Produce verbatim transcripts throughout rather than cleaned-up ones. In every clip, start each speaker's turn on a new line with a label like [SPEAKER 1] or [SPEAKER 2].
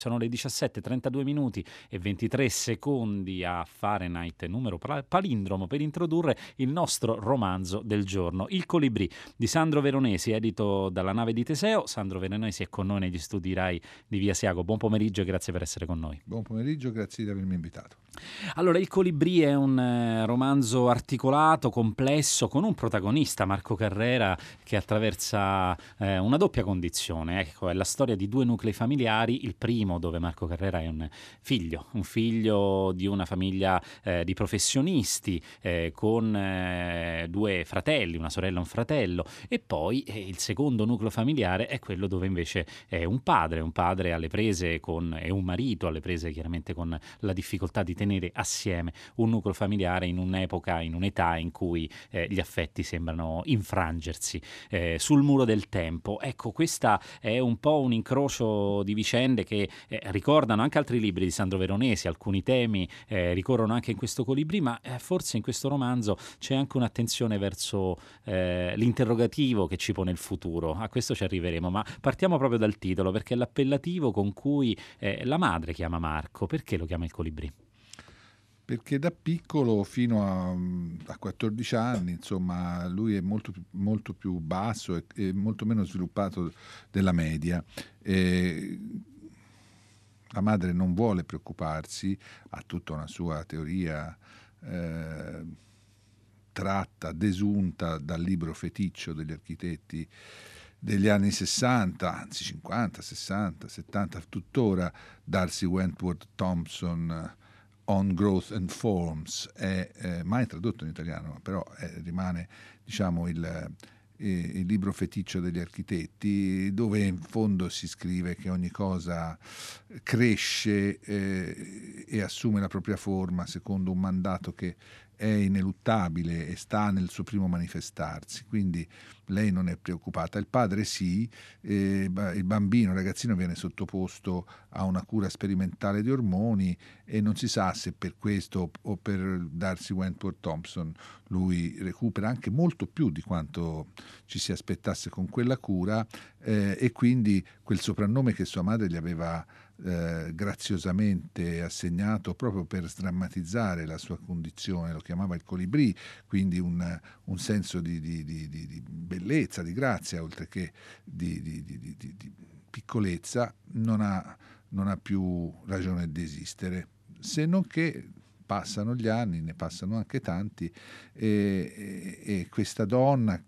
[SPEAKER 1] Sono le diciassette e trentadue minuti e ventitré secondi a Fahrenheit, numero pal- palindromo, per introdurre il nostro romanzo del giorno, Il Colibrì, di Sandro Veronesi, edito dalla Nave di Teseo. Sandro Veronesi è con noi negli studi Rai di Via Siago. Buon pomeriggio e grazie per essere con noi.
[SPEAKER 2] Buon pomeriggio, grazie di avermi invitato.
[SPEAKER 1] Allora, Il Colibrì è un eh, romanzo articolato, complesso, con un protagonista, Marco Carrera, che attraversa eh, una doppia condizione. Ecco, è la storia di due nuclei familiari. Il primo, dove Marco Carrera è un figlio, un figlio di una famiglia eh, di professionisti, eh, con eh, due fratelli, una sorella e un fratello. E poi eh, il secondo nucleo familiare è quello dove invece è un padre, un padre alle prese con, e un marito alle prese chiaramente con la difficoltà di tenere assieme un nucleo familiare in un'epoca, in un'età in cui eh, gli affetti sembrano infrangersi eh, sul muro del tempo. Ecco, questa è un po' un incrocio di vicende che eh, ricordano anche altri libri di Sandro Veronesi, alcuni temi eh, ricorrono anche in questo Colibrì, ma eh, forse in questo romanzo c'è anche un'attenzione verso eh, l'interrogativo che ci pone il futuro. A questo ci arriveremo, ma partiamo proprio dal titolo, perché è l'appellativo con cui eh, la madre chiama Marco. Perché lo chiama Il Colibrì?
[SPEAKER 2] Perché da piccolo fino a, a quattordici anni, insomma, lui è molto, più- molto più basso e, e molto meno sviluppato della media. E la madre non vuole preoccuparsi, ha tutta una sua teoria eh, tratta, desunta dal libro feticcio degli architetti degli anni sessanta, anzi cinquanta, sessanta, settanta, tuttora Darcy Wentworth Thompson, On Growth and Forms, è eh, mai tradotto in italiano, però eh, rimane, diciamo, il, eh, il libro feticcio degli architetti, dove in fondo si scrive che ogni cosa cresce eh, e assume la propria forma secondo un mandato che è ineluttabile e sta nel suo primo manifestarsi, quindi lei non è preoccupata. Il padre sì, eh, il bambino, il ragazzino viene sottoposto a una cura sperimentale di ormoni e non si sa se per questo o per Darcy Wentworth Thompson lui recupera anche molto più di quanto ci si aspettasse con quella cura, eh, e quindi quel soprannome che sua madre gli aveva eh, graziosamente assegnato proprio per sdrammatizzare la sua condizione, lo chiamava il Colibrì, quindi un, un senso di, di, di, di bellezza, di grazia, oltre che di, di, di, di, di piccolezza, non ha, non ha più ragione di esistere, se non che passano gli anni, ne passano anche tanti, e, e, e questa donna,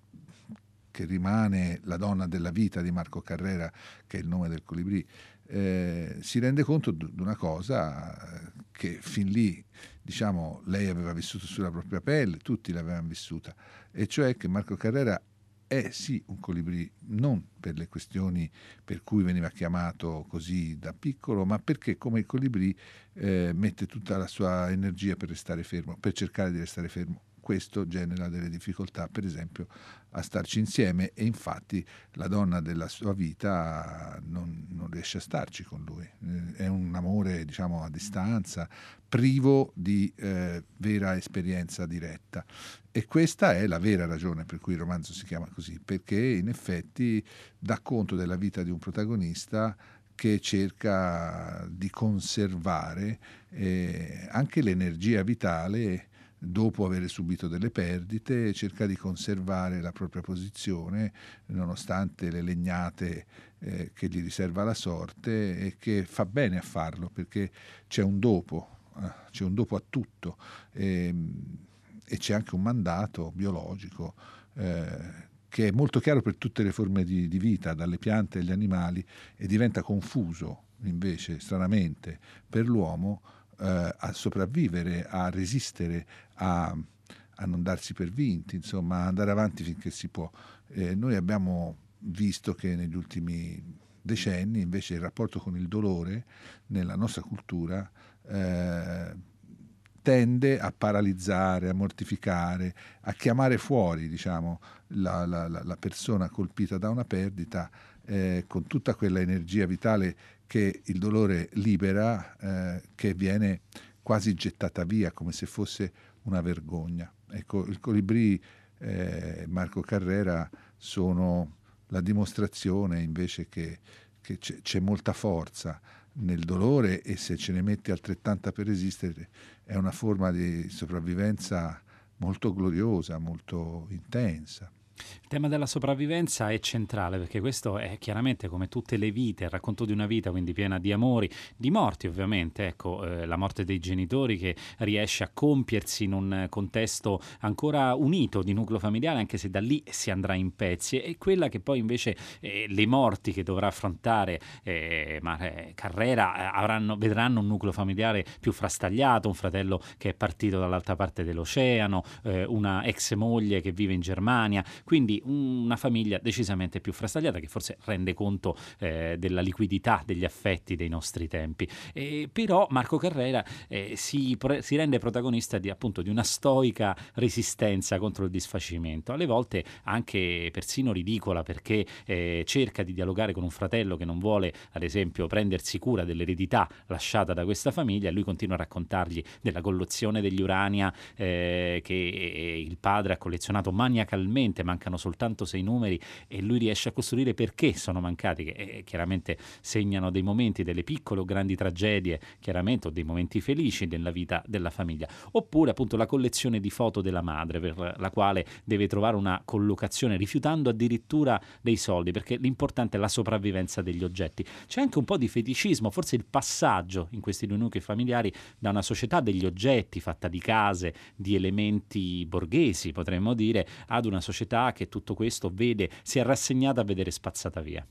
[SPEAKER 2] che rimane la donna della vita di Marco Carrera, che è il nome del Colibrì, eh, si rende conto di una cosa che fin lì, diciamo, lei aveva vissuto sulla propria pelle, tutti l'avevano vissuta, e cioè che Marco Carrera è sì un Colibrì, non per le questioni per cui veniva chiamato così da piccolo, ma perché come il Colibrì eh, mette tutta la sua energia per restare fermo, per cercare di restare fermo. Questo genera delle difficoltà, per esempio, a starci insieme, e infatti la donna della sua vita non, non riesce a starci con lui. Eh, è un amore, diciamo, a distanza, privo di eh, vera esperienza diretta. E questa è la vera ragione per cui il romanzo si chiama così, perché in effetti dà conto della vita di un protagonista che cerca di conservare eh, anche l'energia vitale dopo aver subito delle perdite, cerca di conservare la propria posizione nonostante le legnate eh, che gli riserva la sorte, e che fa bene a farlo perché c'è un dopo, eh, c'è un dopo a tutto, e, e c'è anche un mandato biologico eh, che è molto chiaro per tutte le forme di, di vita, dalle piante agli animali, e diventa confuso invece, stranamente, per l'uomo eh, a sopravvivere, a resistere, a, a non darsi per vinti, insomma, a andare avanti finché si può. Eh, noi abbiamo visto che negli ultimi decenni invece il rapporto con il dolore nella nostra cultura eh, tende a paralizzare, a mortificare, a chiamare fuori, diciamo, la, la, la persona colpita da una perdita eh, con tutta quella energia vitale che il dolore libera, eh, che viene quasi gettata via come se fosse una vergogna. Ecco, il Colibrì e eh, Marco Carrera sono la dimostrazione invece che, che c'è, c'è molta forza nel dolore, e se ce ne mette altrettanta per resistere è una forma di sopravvivenza molto gloriosa, molto intensa.
[SPEAKER 1] Il tema della sopravvivenza è centrale, perché questo è chiaramente, come tutte le vite, il racconto di una vita quindi piena di amori, di morti ovviamente, ecco, eh, la morte dei genitori che riesce a compiersi in un contesto ancora unito di nucleo familiare, anche se da lì si andrà in pezzi, e quella che poi invece eh, le morti che dovrà affrontare eh, ma, eh, Carrera eh, avranno, vedranno un nucleo familiare più frastagliato, un fratello che è partito dall'altra parte dell'oceano, eh, una ex moglie che vive in Germania, quindi una famiglia decisamente più frastagliata, che forse rende conto eh, della liquidità degli affetti dei nostri tempi. E, però Marco Carrera eh, si, pre- si rende protagonista di, appunto, di una stoica resistenza contro il disfacimento, alle volte anche persino ridicola, perché eh, cerca di dialogare con un fratello che non vuole, ad esempio, prendersi cura dell'eredità lasciata da questa famiglia, e lui continua a raccontargli della collezione degli Urania eh, che il padre ha collezionato maniacalmente. Mancano soltanto sei numeri e lui riesce a costruire perché sono mancati, che eh, chiaramente segnano dei momenti, delle piccole o grandi tragedie, chiaramente, o dei momenti felici nella vita della famiglia. Oppure appunto la collezione di foto della madre, per la quale deve trovare una collocazione rifiutando addirittura dei soldi, perché l'importante è la sopravvivenza degli oggetti. C'è anche un po' di feticismo, forse il passaggio in questi due nuclei familiari da una società degli oggetti fatta di case, di elementi borghesi, potremmo dire, ad una società che tutto questo vede, si è rassegnata a vedere spazzata via.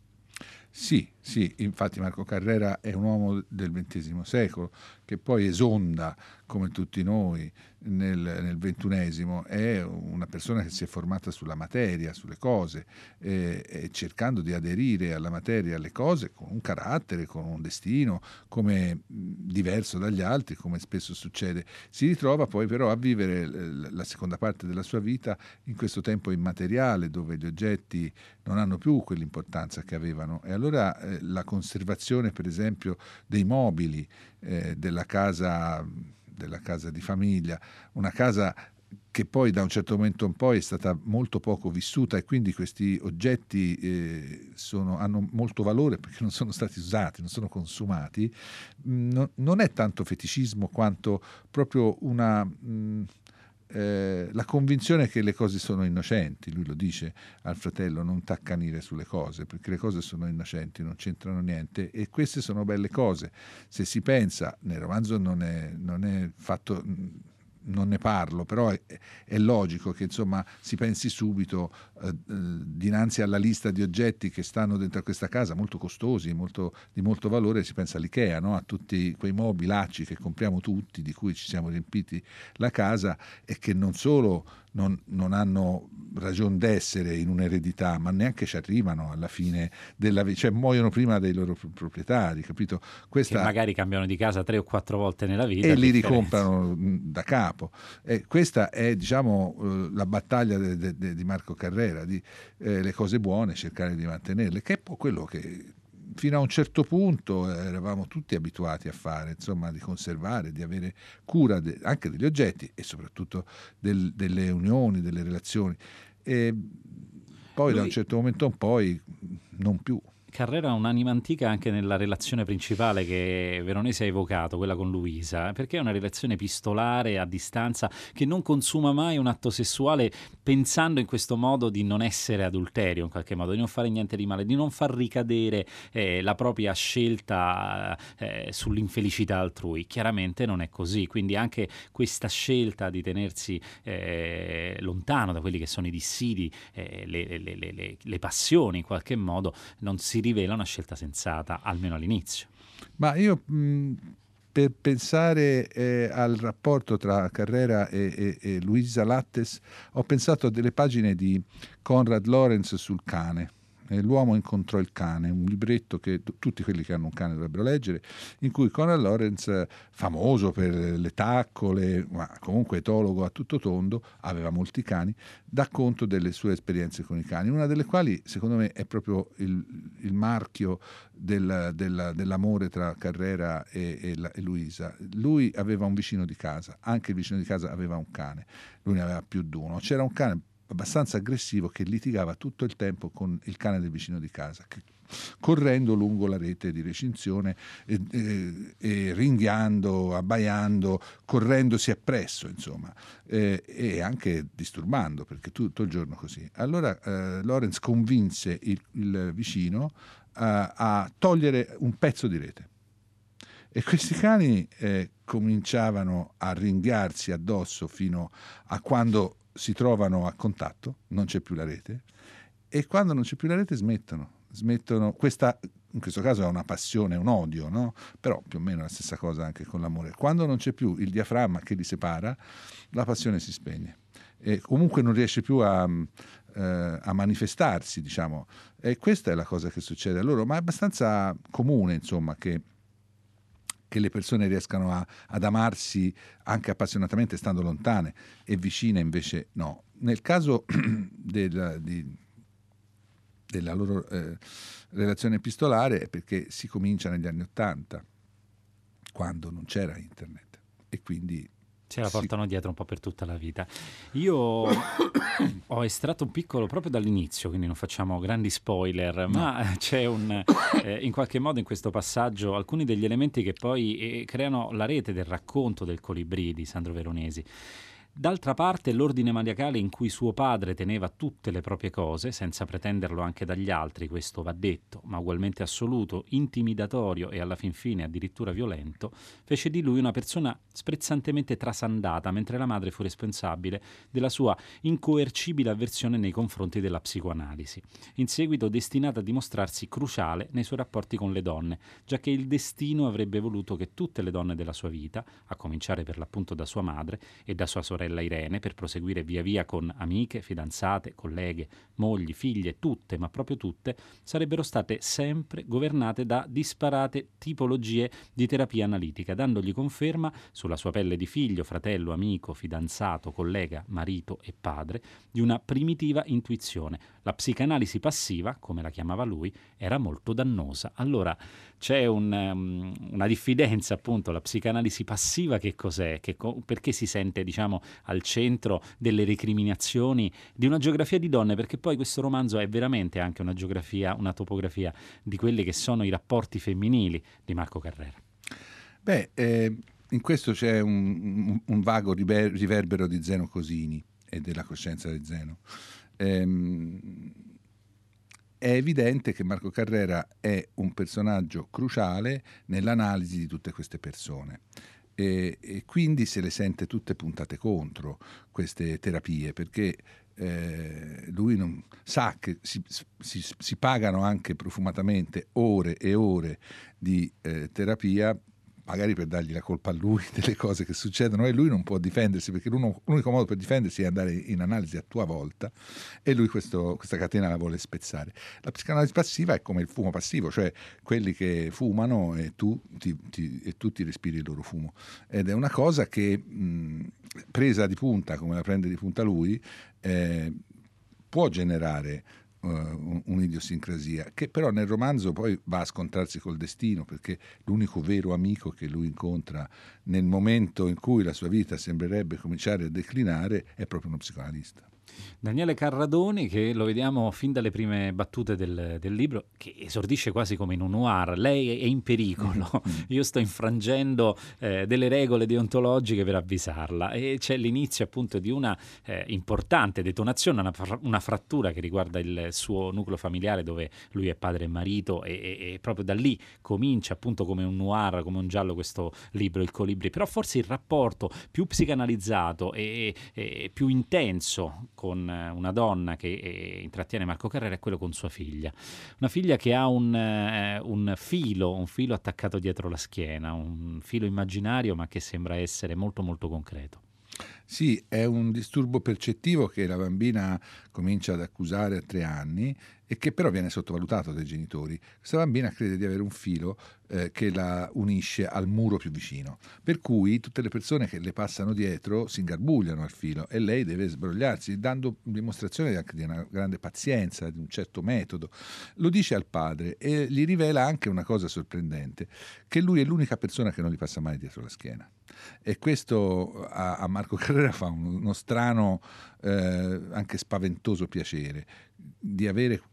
[SPEAKER 2] Sì, sì, infatti Marco Carrera è un uomo del ventesimo secolo che poi esonda, come tutti noi, nel, nel ventunesimo, è una persona che si è formata sulla materia, sulle cose, eh, e cercando di aderire alla materia, alle cose, con un carattere, con un destino, come diverso dagli altri, come spesso succede. Si ritrova poi però a vivere la seconda parte della sua vita in questo tempo immateriale, dove gli oggetti non hanno più quell'importanza che avevano, e allora eh, la conservazione, per esempio, dei mobili eh, della casa, della casa di famiglia, una casa che poi da un certo momento in poi è stata molto poco vissuta, e quindi questi oggetti eh, sono, hanno molto valore perché non sono stati usati, non sono consumati. No, non è tanto feticismo quanto proprio una... Mh, Eh, la convinzione che le cose sono innocenti. Lui lo dice al fratello: non t'accanire sulle cose, perché le cose sono innocenti, non c'entrano niente, e queste sono belle cose. Se si pensa, nel romanzo non è, non è fatto, non ne parlo, però è, è logico che insomma si pensi subito eh, eh, dinanzi alla lista di oggetti che stanno dentro a questa casa, molto costosi, molto, di molto valore, si pensa all'Ikea, no? A tutti quei mobilacci che compriamo tutti, di cui ci siamo riempiti la casa, e che non solo non, non hanno ragion d'essere in un'eredità, ma neanche ci arrivano alla fine della vita, cioè muoiono prima dei loro proprietari, capito?
[SPEAKER 1] Questa... che magari cambiano di casa tre o quattro volte nella vita
[SPEAKER 2] e li ricomprano da capo. E questa è, diciamo, la battaglia de, de, de, di Marco Carrera, di eh, le cose buone cercare di mantenerle, che è poi quello che fino a un certo punto eravamo tutti abituati a fare, insomma, di conservare, di avere cura de, anche degli oggetti e soprattutto del, delle unioni, delle relazioni. E poi Lui... da un certo momento in poi non più.
[SPEAKER 1] Carrera ha un'anima antica anche nella relazione principale che Veronese ha evocato, quella con Luisa, perché è una relazione epistolare a distanza che non consuma mai un atto sessuale, pensando in questo modo di non essere adulterio in qualche modo, di non fare niente di male, di non far ricadere eh, la propria scelta eh, sull'infelicità altrui. Chiaramente non è così, quindi anche questa scelta di tenersi eh, lontano da quelli che sono i dissidi, eh, le, le, le, le, le passioni in qualche modo, non si rivela una scelta sensata, almeno all'inizio.
[SPEAKER 2] Ma io mh, per pensare eh, al rapporto tra Carrera e, e, e Luisa Lattes ho pensato a delle pagine di Konrad Lorenz sul cane. L'uomo incontrò il cane, un libretto che t- tutti quelli che hanno un cane dovrebbero leggere, in cui Konrad Lorenz, famoso per le taccole, ma comunque etologo a tutto tondo, aveva molti cani, dà conto delle sue esperienze con i cani, una delle quali secondo me è proprio il, il marchio del, del, dell'amore tra Carrera e, e, la, e Luisa. Lui aveva un vicino di casa, anche il vicino di casa aveva un cane, lui ne aveva più di uno, c'era un cane abbastanza aggressivo che litigava tutto il tempo con il cane del vicino di casa, che correndo lungo la rete di recinzione e, e, e ringhiando, abbaiando, correndosi appresso, insomma, eh, e anche disturbando, perché tutto il giorno così. Allora eh, Lorenz convinse il, il vicino a, a togliere un pezzo di rete. E questi cani eh, cominciavano a ringhiarsi addosso fino a quando si trovano a contatto, non c'è più la rete, e quando non c'è più la rete smettono. smettono questa, in questo caso è una passione, un odio, no? Però più o meno la stessa cosa anche con l'amore. Quando non c'è più il diaframma che li separa, la passione si spegne. E comunque non riesce più a, eh, a manifestarsi, diciamo. E questa è la cosa che succede a loro, ma è abbastanza comune, insomma, che che le persone riescano a, ad amarsi anche appassionatamente stando lontane, e vicine invece no. Nel caso del, di, della loro eh, relazione epistolare è perché si comincia negli anni Ottanta, quando non c'era internet, e quindi
[SPEAKER 1] ce la portano dietro un po' per tutta la vita. Io ho estratto un piccolo proprio dall'inizio, quindi non facciamo grandi spoiler, no. Ma c'è un eh, in qualche modo in questo passaggio alcuni degli elementi che poi eh, creano la rete del racconto del Colibrì di Sandro Veronesi. D'altra parte l'ordine maniacale in cui suo padre teneva tutte le proprie cose, senza pretenderlo anche dagli altri, questo va detto, ma ugualmente assoluto, intimidatorio e alla fin fine addirittura violento, fece di lui una persona sprezzantemente trasandata, mentre la madre fu responsabile della sua incoercibile avversione nei confronti della psicoanalisi, in seguito destinata a dimostrarsi cruciale nei suoi rapporti con le donne, giacché il destino avrebbe voluto che tutte le donne della sua vita, a cominciare per l'appunto da sua madre e da sua sorella Irene, per proseguire via via con amiche, fidanzate, colleghe, mogli, figlie, tutte, ma proprio tutte, sarebbero state sempre governate da disparate tipologie di terapia analitica, dandogli conferma sulla sua pelle di figlio, fratello, amico, fidanzato, collega, marito e padre, di una primitiva intuizione. La psicanalisi passiva, come la chiamava lui, era molto dannosa. Allora c'è un, um, una diffidenza, appunto, la psicanalisi passiva che cos'è? Che co- perché si sente, diciamo, al centro delle recriminazioni di una geografia di donne, perché poi questo romanzo è veramente anche una geografia, una topografia di quelli che sono i rapporti femminili di Marco Carrera.
[SPEAKER 2] Beh, eh, in questo c'è un, un, un vago river- riverbero di Zeno Cosini e della coscienza di Zeno. Ehm, è evidente che Marco Carrera è un personaggio cruciale nell'analisi di tutte queste persone. E, e quindi se le sente tutte puntate contro queste terapie, perché eh, lui non sa che si, si, si pagano anche profumatamente ore e ore di eh, terapia, magari per dargli la colpa a lui delle cose che succedono, e lui non può difendersi, perché l'unico modo per difendersi è andare in analisi a tua volta, e lui questo, questa catena la vuole spezzare. La psicanalisi passiva è come il fumo passivo, cioè quelli che fumano e tu ti, ti, e tu ti respiri il loro fumo, ed è una cosa che mh, presa di punta come la prende di punta lui eh, può generare Uh, un'idiosincrasia che però nel romanzo poi va a scontrarsi col destino, perché l'unico vero amico che lui incontra nel momento in cui la sua vita sembrerebbe cominciare a declinare è proprio uno psicoanalista.
[SPEAKER 1] Daniele Carradoni, che lo vediamo fin dalle prime battute del, del libro, che esordisce quasi come in un noir. Lei è in pericolo, io sto infrangendo eh, delle regole deontologiche per avvisarla, e c'è l'inizio appunto di una eh, importante detonazione, una, una frattura che riguarda il suo nucleo familiare, dove lui è padre e marito, e, e, e proprio da lì comincia appunto come un noir, come un giallo, questo libro, Il Colibrì. Però forse il rapporto più psicanalizzato e, e più intenso con una donna che eh, intrattiene Marco Carrera è quello con sua figlia. Una figlia che ha un, eh, un filo, un filo attaccato dietro la schiena, un filo immaginario ma che sembra essere molto molto concreto.
[SPEAKER 2] Sì, è un disturbo percettivo che la bambina comincia ad accusare a tre anni e che però viene sottovalutato dai genitori. Questa bambina crede di avere un filo eh, che la unisce al muro più vicino, per cui tutte le persone che le passano dietro si ingarbugliano al filo e lei deve sbrogliarsi, dando dimostrazione anche di una grande pazienza, di un certo metodo. Lo dice al padre e gli rivela anche una cosa sorprendente, che lui è l'unica persona che non gli passa mai dietro la schiena. E questo a, a Marco Carrera fa uno, uno strano, eh, anche spaventoso piacere di avere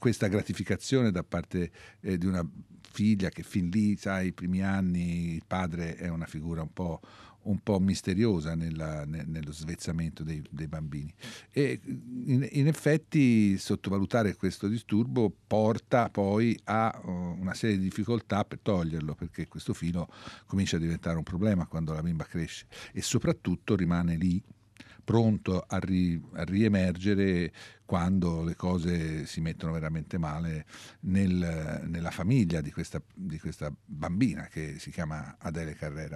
[SPEAKER 2] questa gratificazione da parte eh, di una figlia che fin lì, sai, i primi anni il padre è una figura un po', un po' misteriosa nella, ne, nello svezzamento dei, dei bambini. E in, in effetti sottovalutare questo disturbo porta poi a uh, una serie di difficoltà per toglierlo, perché questo filo comincia a diventare un problema quando la bimba cresce e soprattutto rimane lì pronto a, ri, a riemergere quando le cose si mettono veramente male nel, nella famiglia di questa, di questa bambina che si chiama Adele Carrera.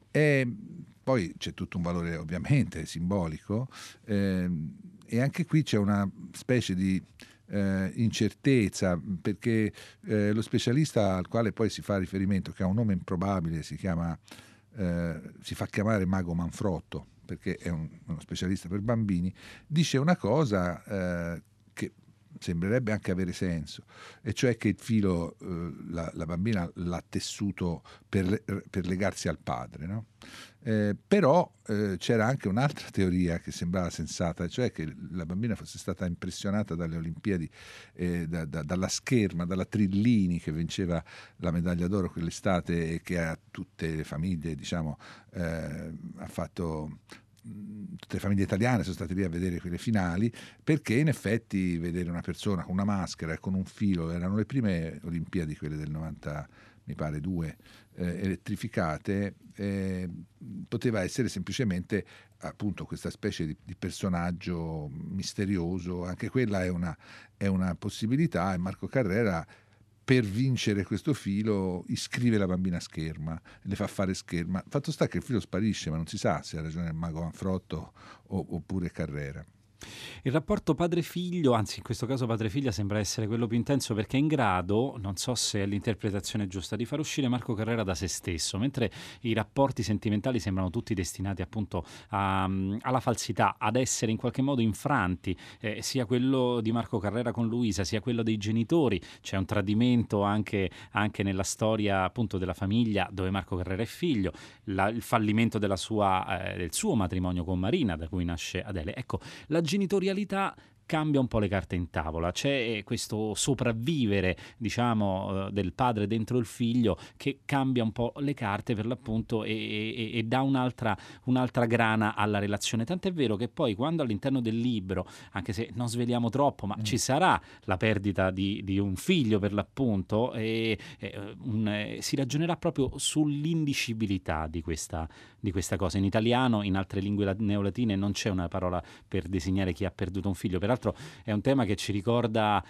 [SPEAKER 2] E poi c'è tutto un valore ovviamente simbolico, eh, e anche qui c'è una specie di eh, incertezza, perché eh, lo specialista al quale poi si fa riferimento, che ha un nome improbabile, si chiama eh, si fa chiamare Mago Manfrotto, perché è un, uno specialista per bambini, dice una cosa eh, che sembrerebbe anche avere senso, e cioè che il filo eh, la, la bambina l'ha tessuto per, per legarsi al padre, no? Eh, però eh, c'era anche un'altra teoria che sembrava sensata, cioè che la bambina fosse stata impressionata dalle Olimpiadi, eh, da, da, dalla scherma, dalla Trillini che vinceva la medaglia d'oro quell'estate e che a tutte le famiglie, diciamo, eh, ha fatto... tutte le famiglie italiane sono state lì a vedere quelle finali, perché in effetti vedere una persona con una maschera e con un filo, erano le prime Olimpiadi, quelle del novanta, mi pare due, eh, elettrificate, eh, poteva essere semplicemente appunto questa specie di, di personaggio misterioso. Anche quella è una, è una possibilità, e Marco Carrera, per vincere questo filo, iscrive la bambina a scherma, le fa fare scherma. Fatto sta che il filo sparisce, ma non si sa se ha ragione il Mago Manfrotto o, oppure Carrera.
[SPEAKER 1] Il rapporto padre-figlio, anzi in questo caso padre-figlia, sembra essere quello più intenso, perché è in grado, non so se è l'interpretazione giusta, di far uscire Marco Carrera da se stesso, mentre i rapporti sentimentali sembrano tutti destinati appunto a, alla falsità, ad essere in qualche modo infranti, eh, sia quello di Marco Carrera con Luisa, sia quello dei genitori. C'è un tradimento anche, anche nella storia appunto della famiglia dove Marco Carrera è figlio, la, il fallimento della sua, eh, del suo matrimonio con Marina, da cui nasce Adele. Ecco, la genitorialità cambia un po' le carte in tavola, c'è questo sopravvivere, diciamo, del padre dentro il figlio che cambia un po' le carte per l'appunto, e, e, e dà un'altra, un'altra grana alla relazione, tant'è vero che poi quando all'interno del libro, anche se non sveliamo troppo, ma mm. ci sarà la perdita di, di un figlio per l'appunto, e, e un, eh, si ragionerà proprio sull'indicibilità di questa, di questa cosa. In italiano, in altre lingue neolatine non c'è una parola per designare chi ha perduto un figlio. Peraltro è un tema che ci ricorda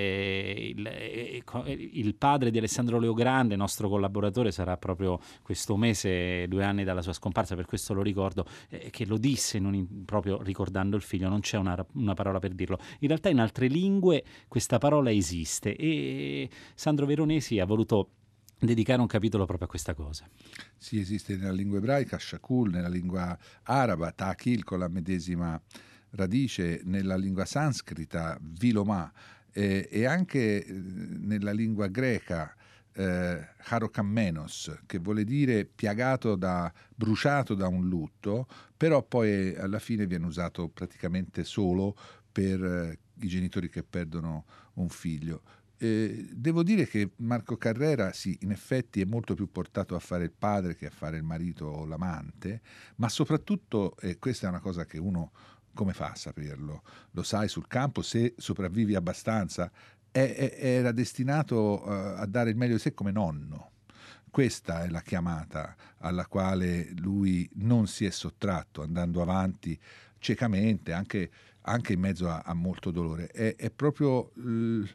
[SPEAKER 1] eh, il, eh, il padre di Alessandro Leogrande, nostro collaboratore, sarà proprio questo mese due anni dalla sua scomparsa, per questo lo ricordo, eh, che lo disse non in, proprio ricordando il figlio, non c'è una, una parola per dirlo. In realtà in altre lingue questa parola esiste, e Sandro Veronesi ha voluto dedicare un capitolo proprio a questa cosa.
[SPEAKER 2] Sì, esiste nella lingua ebraica, shakul, nella lingua araba, ta'kil con la medesima radice, nella lingua sanscrita, vilomà, eh, e anche nella lingua greca, eh, harokammenos, che vuole dire piagato da, bruciato da un lutto, però poi alla fine viene usato praticamente solo per eh, i genitori che perdono un figlio. Eh, devo dire che Marco Carrera, sì, in effetti è molto più portato a fare il padre che a fare il marito o l'amante, ma soprattutto, e eh, questa è una cosa che uno come fa a saperlo? Lo sai sul campo, se sopravvivi abbastanza, è, è, era destinato uh, a dare il meglio di sé come nonno. Questa è la chiamata alla quale lui non si è sottratto, andando avanti ciecamente, anche, anche in mezzo a, a molto dolore. È, è proprio l,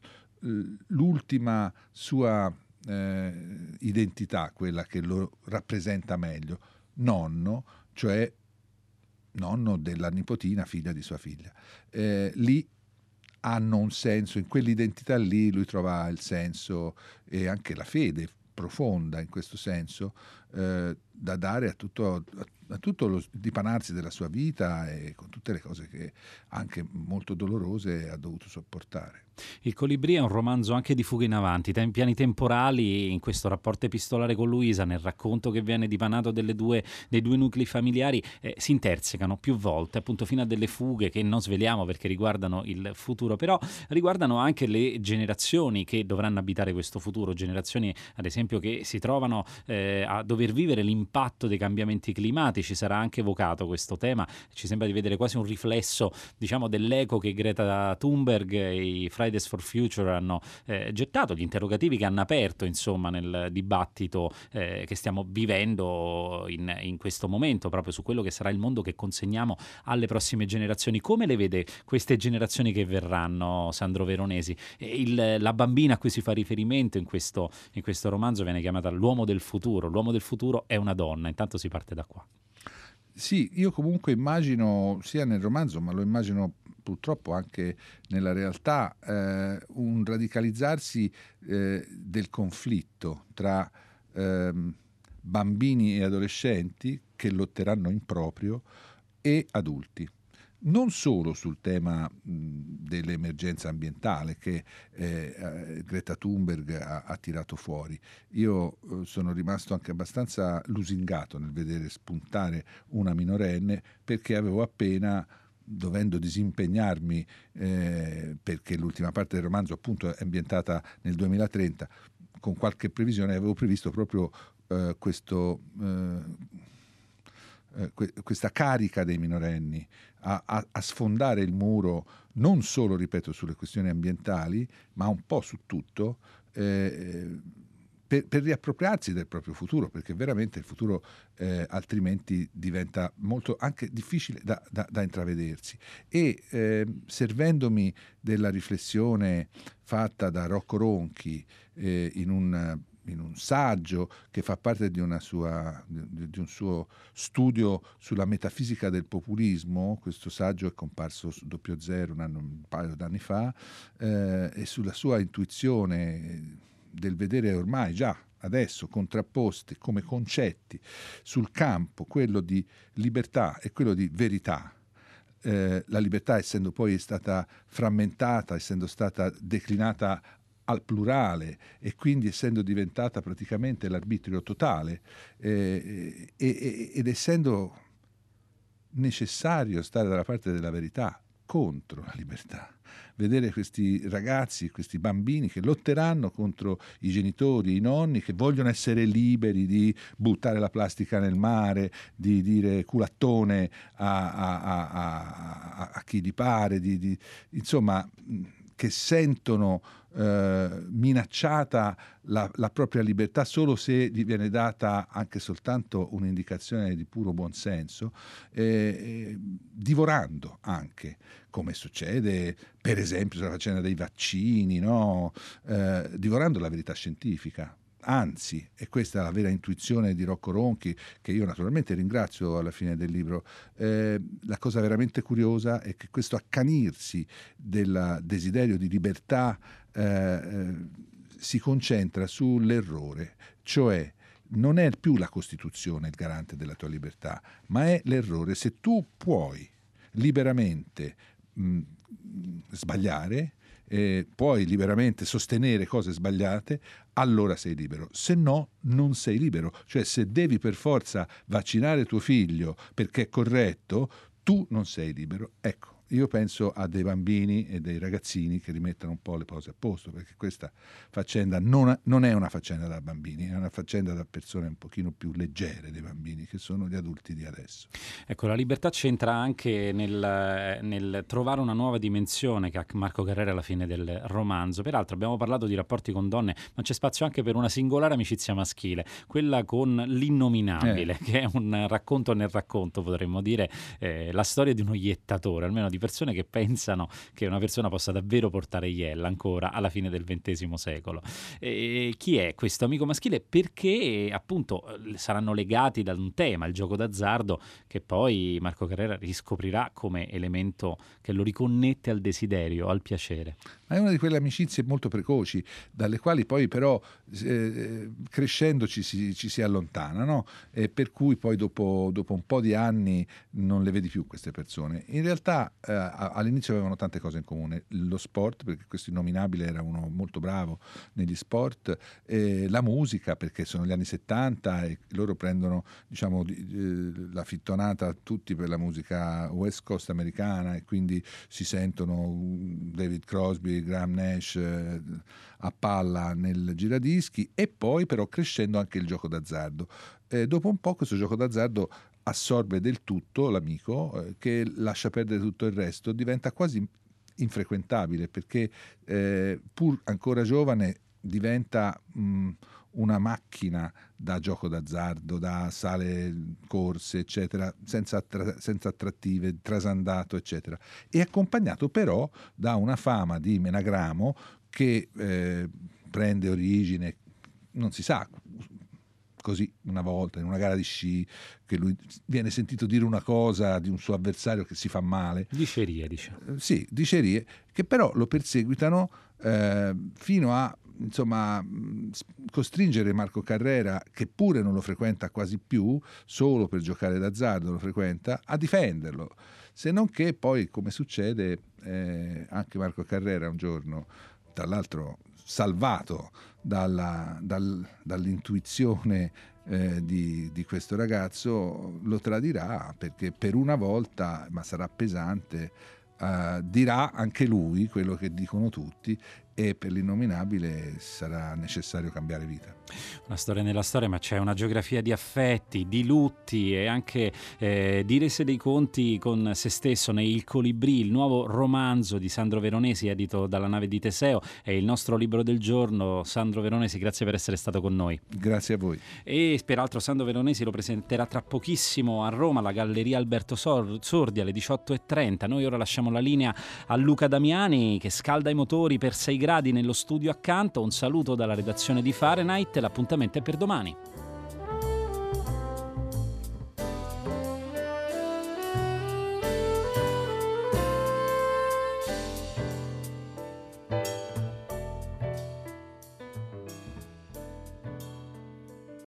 [SPEAKER 2] l'ultima sua eh, identità quella che lo rappresenta meglio, nonno, cioè nonno della nipotina, figlia di sua figlia. Eh, lì hanno un senso, in quell'identità lì lui trova il senso e anche la fede profonda in questo senso, eh, da dare a tutto, a, a tutto lo dipanarsi della sua vita e con tutte le cose che anche molto dolorose ha dovuto sopportare.
[SPEAKER 1] Il Colibrì è un romanzo anche di fuga in avanti, tem- piani temporali in questo rapporto epistolare con Luisa, nel racconto che viene dipanato delle due, dei due nuclei familiari, eh, si intersecano più volte, appunto fino a delle fughe che non sveliamo perché riguardano il futuro, però riguardano anche le generazioni che dovranno abitare questo futuro, generazioni ad esempio che si trovano eh, a dover vivere l'impatto dei cambiamenti climatici. Sarà anche evocato questo tema, ci sembra di vedere quasi un riflesso, diciamo, dell'eco che Greta Thunberg e i Fridays for Future hanno eh, gettato, gli interrogativi che hanno aperto insomma nel dibattito eh, che stiamo vivendo in, in questo momento, proprio su quello che sarà il mondo che consegniamo alle prossime generazioni. Come le vede queste generazioni che verranno, Sandro Veronesi? Il, la bambina a cui si fa riferimento in questo, in questo romanzo viene chiamata l'uomo del futuro. L'uomo del futuro è una donna, intanto si parte da qua.
[SPEAKER 2] Sì, io comunque immagino, sia nel romanzo, ma lo immagino purtroppo anche nella realtà, eh, un radicalizzarsi eh, del conflitto tra eh, bambini e adolescenti che lotteranno in proprio e adulti. Non solo sul tema mh, dell'emergenza ambientale che eh, Greta Thunberg ha, ha tirato fuori. Io eh, sono rimasto anche abbastanza lusingato nel vedere spuntare una minorenne, perché avevo appena, dovendo disimpegnarmi eh, perché l'ultima parte del romanzo appunto è ambientata nel duemilatrenta, con qualche previsione avevo previsto proprio eh, questo... Eh, questa carica dei minorenni a, a, a sfondare il muro non solo, ripeto, sulle questioni ambientali, ma un po' su tutto, eh, per, per riappropriarsi del proprio futuro, perché veramente il futuro eh, altrimenti diventa molto anche difficile da, da, da intravedersi. E eh, servendomi della riflessione fatta da Rocco Ronchi eh, in un in un saggio che fa parte di, una sua, di, di un suo studio sulla metafisica del populismo. Questo saggio è comparso su Doppio Zero un, anno, un paio d'anni fa, eh, e sulla sua intuizione del vedere ormai già adesso contrapposti come concetti sul campo, quello di libertà e quello di verità. Eh, la libertà, essendo poi stata frammentata, essendo stata declinata al plurale e quindi essendo diventata praticamente l'arbitrio totale eh, e, ed essendo necessario stare dalla parte della verità contro la libertà, vedere questi ragazzi, questi bambini che lotteranno contro i genitori, i nonni, che vogliono essere liberi di buttare la plastica nel mare, di dire culattone a, a, a, a, a chi gli pare, di, di, insomma, che sentono eh, minacciata la, la propria libertà solo se gli viene data anche soltanto un'indicazione di puro buonsenso, eh, eh, divorando anche, come succede per esempio sulla faccenda dei vaccini, no? eh, divorando la verità scientifica. Anzi, e questa è la vera intuizione di Rocco Ronchi, che io naturalmente ringrazio alla fine del libro, eh, la cosa veramente curiosa è che questo accanirsi del desiderio di libertà eh, eh, si concentra sull'errore, cioè non è più la Costituzione il garante della tua libertà, ma è l'errore. Se tu puoi liberamente mh, sbagliare, Eh, puoi liberamente sostenere cose sbagliate, allora sei libero, se no non sei libero. Cioè, se devi per forza vaccinare tuo figlio perché è corretto, tu non sei libero. Ecco, io penso a dei bambini e dei ragazzini che rimettano un po' le cose a posto, perché questa faccenda non, non è una faccenda da bambini, è una faccenda da persone un pochino più leggere dei bambini, che sono gli adulti di adesso.
[SPEAKER 1] Ecco, la libertà c'entra anche nel, nel trovare una nuova dimensione che ha Marco Carrera alla fine del romanzo. Peraltro abbiamo parlato di rapporti con donne, ma c'è spazio anche per una singolare amicizia maschile, quella con l'innominabile, eh. che è un racconto nel racconto, potremmo dire, eh, la storia di uno iettatore, almeno di persone che pensano che una persona possa davvero portare iella ancora alla fine del ventesimo secolo. E chi è questo amico maschile? Perché appunto saranno legati da un tema, il gioco d'azzardo, che poi Marco Carrera riscoprirà come elemento che lo riconnette al desiderio, al piacere.
[SPEAKER 2] Ma è una di quelle amicizie molto precoci, dalle quali poi però eh, crescendo ci si, ci si allontana, no? E per cui poi dopo, dopo un po' di anni non le vedi più queste persone. In realtà eh, all'inizio avevano tante cose in comune: lo sport, perché questo innominabile era uno molto bravo negli sport, eh, la musica, perché sono gli anni settanta e loro prendono, diciamo, eh, la fittonata tutti per la musica West Coast americana, e quindi si sentono David Crosby, Graham Nash eh, a palla nel giradischi, e poi però crescendo anche il gioco d'azzardo. Eh, dopo un po' questo gioco d'azzardo assorbe del tutto l'amico, eh, che lascia perdere tutto il resto, diventa quasi infrequentabile, perché eh, pur ancora giovane diventa mh, una macchina da gioco d'azzardo, da sale corse, eccetera, senza, attra- senza attrattive, trasandato, eccetera. E accompagnato però da una fama di menagramo che eh, prende origine, non si sa, così una volta in una gara di sci, che lui viene sentito dire una cosa di un suo avversario che si fa male.
[SPEAKER 1] Dicerie, diciamo.
[SPEAKER 2] Eh, sì, dicerie, che però lo perseguitano eh, fino a, insomma, costringere Marco Carrera, che pure non lo frequenta quasi più, solo per giocare d'azzardo lo frequenta, a difenderlo. Se non che poi, come succede, eh, anche Marco Carrera un giorno, tra l'altro salvato dalla, dal, dall'intuizione eh, di, di questo ragazzo, lo tradirà, perché per una volta, ma sarà pesante, eh, dirà anche lui quello che dicono tutti, e per l'innominabile sarà necessario cambiare vita.
[SPEAKER 1] Una storia nella storia, ma c'è una geografia di affetti, di lutti e anche eh, di rese dei conti con se stesso nei Il Colibrì, il nuovo romanzo di Sandro Veronesi, edito dalla Nave di Teseo. È il nostro libro del giorno. Sandro Veronesi, grazie per essere stato con noi.
[SPEAKER 2] Grazie a voi.
[SPEAKER 1] E peraltro Sandro Veronesi lo presenterà tra pochissimo a Roma, alla Galleria Alberto Sordi, alle diciotto e trenta. Noi ora lasciamo la linea a Luca Damiani, che scalda i motori per sei gradi nello studio accanto. Un saluto dalla redazione di Fahrenheit. L'appuntamento è per domani.